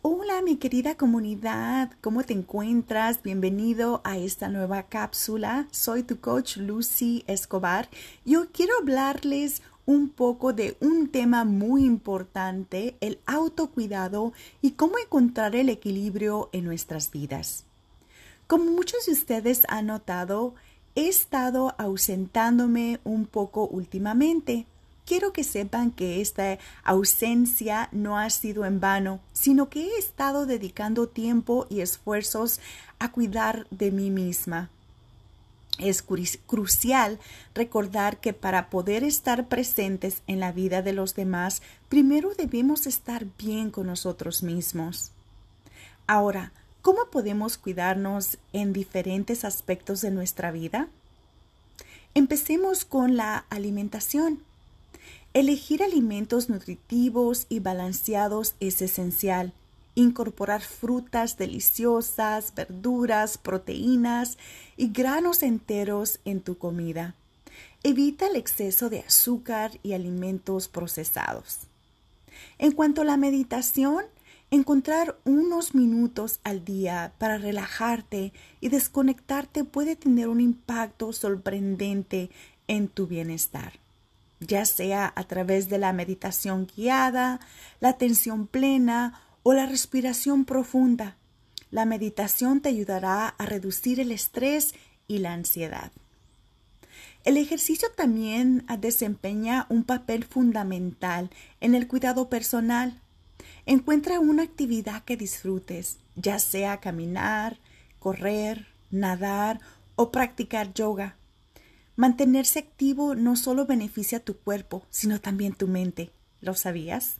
Hola, mi querida comunidad, ¿cómo te encuentras? Bienvenido a esta nueva cápsula. Soy tu coach Lucy Escobar. Yo quiero hablarles un poco de un tema muy importante, el autocuidado y cómo encontrar el equilibrio en nuestras vidas. Como muchos de ustedes han notado, he estado ausentándome un poco últimamente. Quiero que sepan que esta ausencia no ha sido en vano, sino que he estado dedicando tiempo y esfuerzos a cuidar de mí misma. Es crucial recordar que para poder estar presentes en la vida de los demás, primero debemos estar bien con nosotros mismos. Ahora, ¿cómo podemos cuidarnos en diferentes aspectos de nuestra vida? Empecemos con la alimentación. Elegir alimentos nutritivos y balanceados es esencial. Incorporar frutas deliciosas, verduras, proteínas y granos enteros en tu comida. Evita el exceso de azúcar y alimentos procesados. En cuanto a la meditación, encontrar unos minutos al día para relajarte y desconectarte puede tener un impacto sorprendente en tu bienestar, ya sea a través de la meditación guiada, la atención plena o la respiración profunda. La meditación te ayudará a reducir el estrés y la ansiedad. El ejercicio también desempeña un papel fundamental en el cuidado personal. Encuentra una actividad que disfrutes, ya sea caminar, correr, nadar o practicar yoga. Mantenerse activo no solo beneficia a tu cuerpo, sino también tu mente. ¿Lo sabías?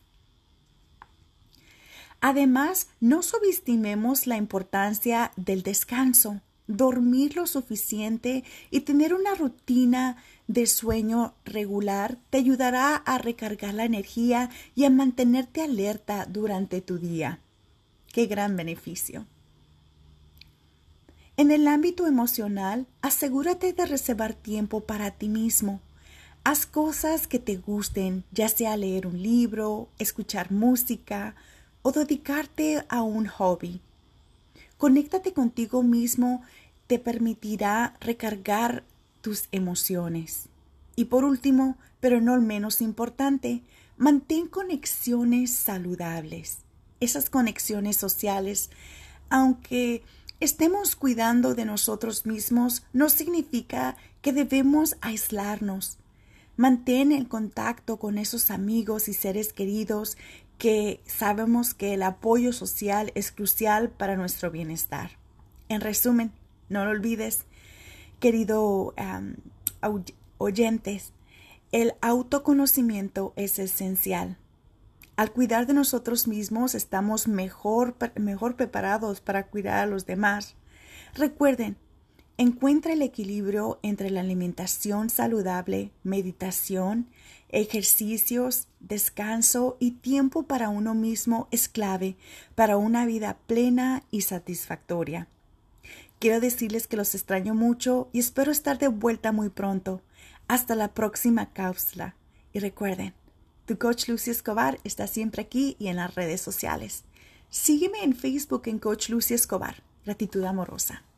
Además, no subestimemos la importancia del descanso. Dormir lo suficiente y tener una rutina de sueño regular te ayudará a recargar la energía y a mantenerte alerta durante tu día. ¡Qué gran beneficio! En el ámbito emocional, asegúrate de reservar tiempo para ti mismo. Haz cosas que te gusten, ya sea leer un libro, escuchar música o dedicarte a un hobby. Conéctate contigo mismo, te permitirá recargar tus emociones. Y por último, pero no menos importante, mantén conexiones saludables. Esas conexiones sociales, aunque estemos cuidando de nosotros mismos, no significa que debemos aislarnos. Mantén el contacto con esos amigos y seres queridos que sabemos que el apoyo social es crucial para nuestro bienestar. En resumen, no lo olvides, querido oyentes, el autoconocimiento es esencial. Al cuidar de nosotros mismos, estamos mejor preparados para cuidar a los demás. Recuerden, encuentra el equilibrio entre la alimentación saludable, meditación, ejercicios, descanso y tiempo para uno mismo es clave para una vida plena y satisfactoria. Quiero decirles que los extraño mucho y espero estar de vuelta muy pronto. Hasta la próxima cápsula. Y recuerden, tu coach Lucy Escobar está siempre aquí y en las redes sociales. Sígueme en Facebook en Coach Lucy Escobar. Gratitud amorosa.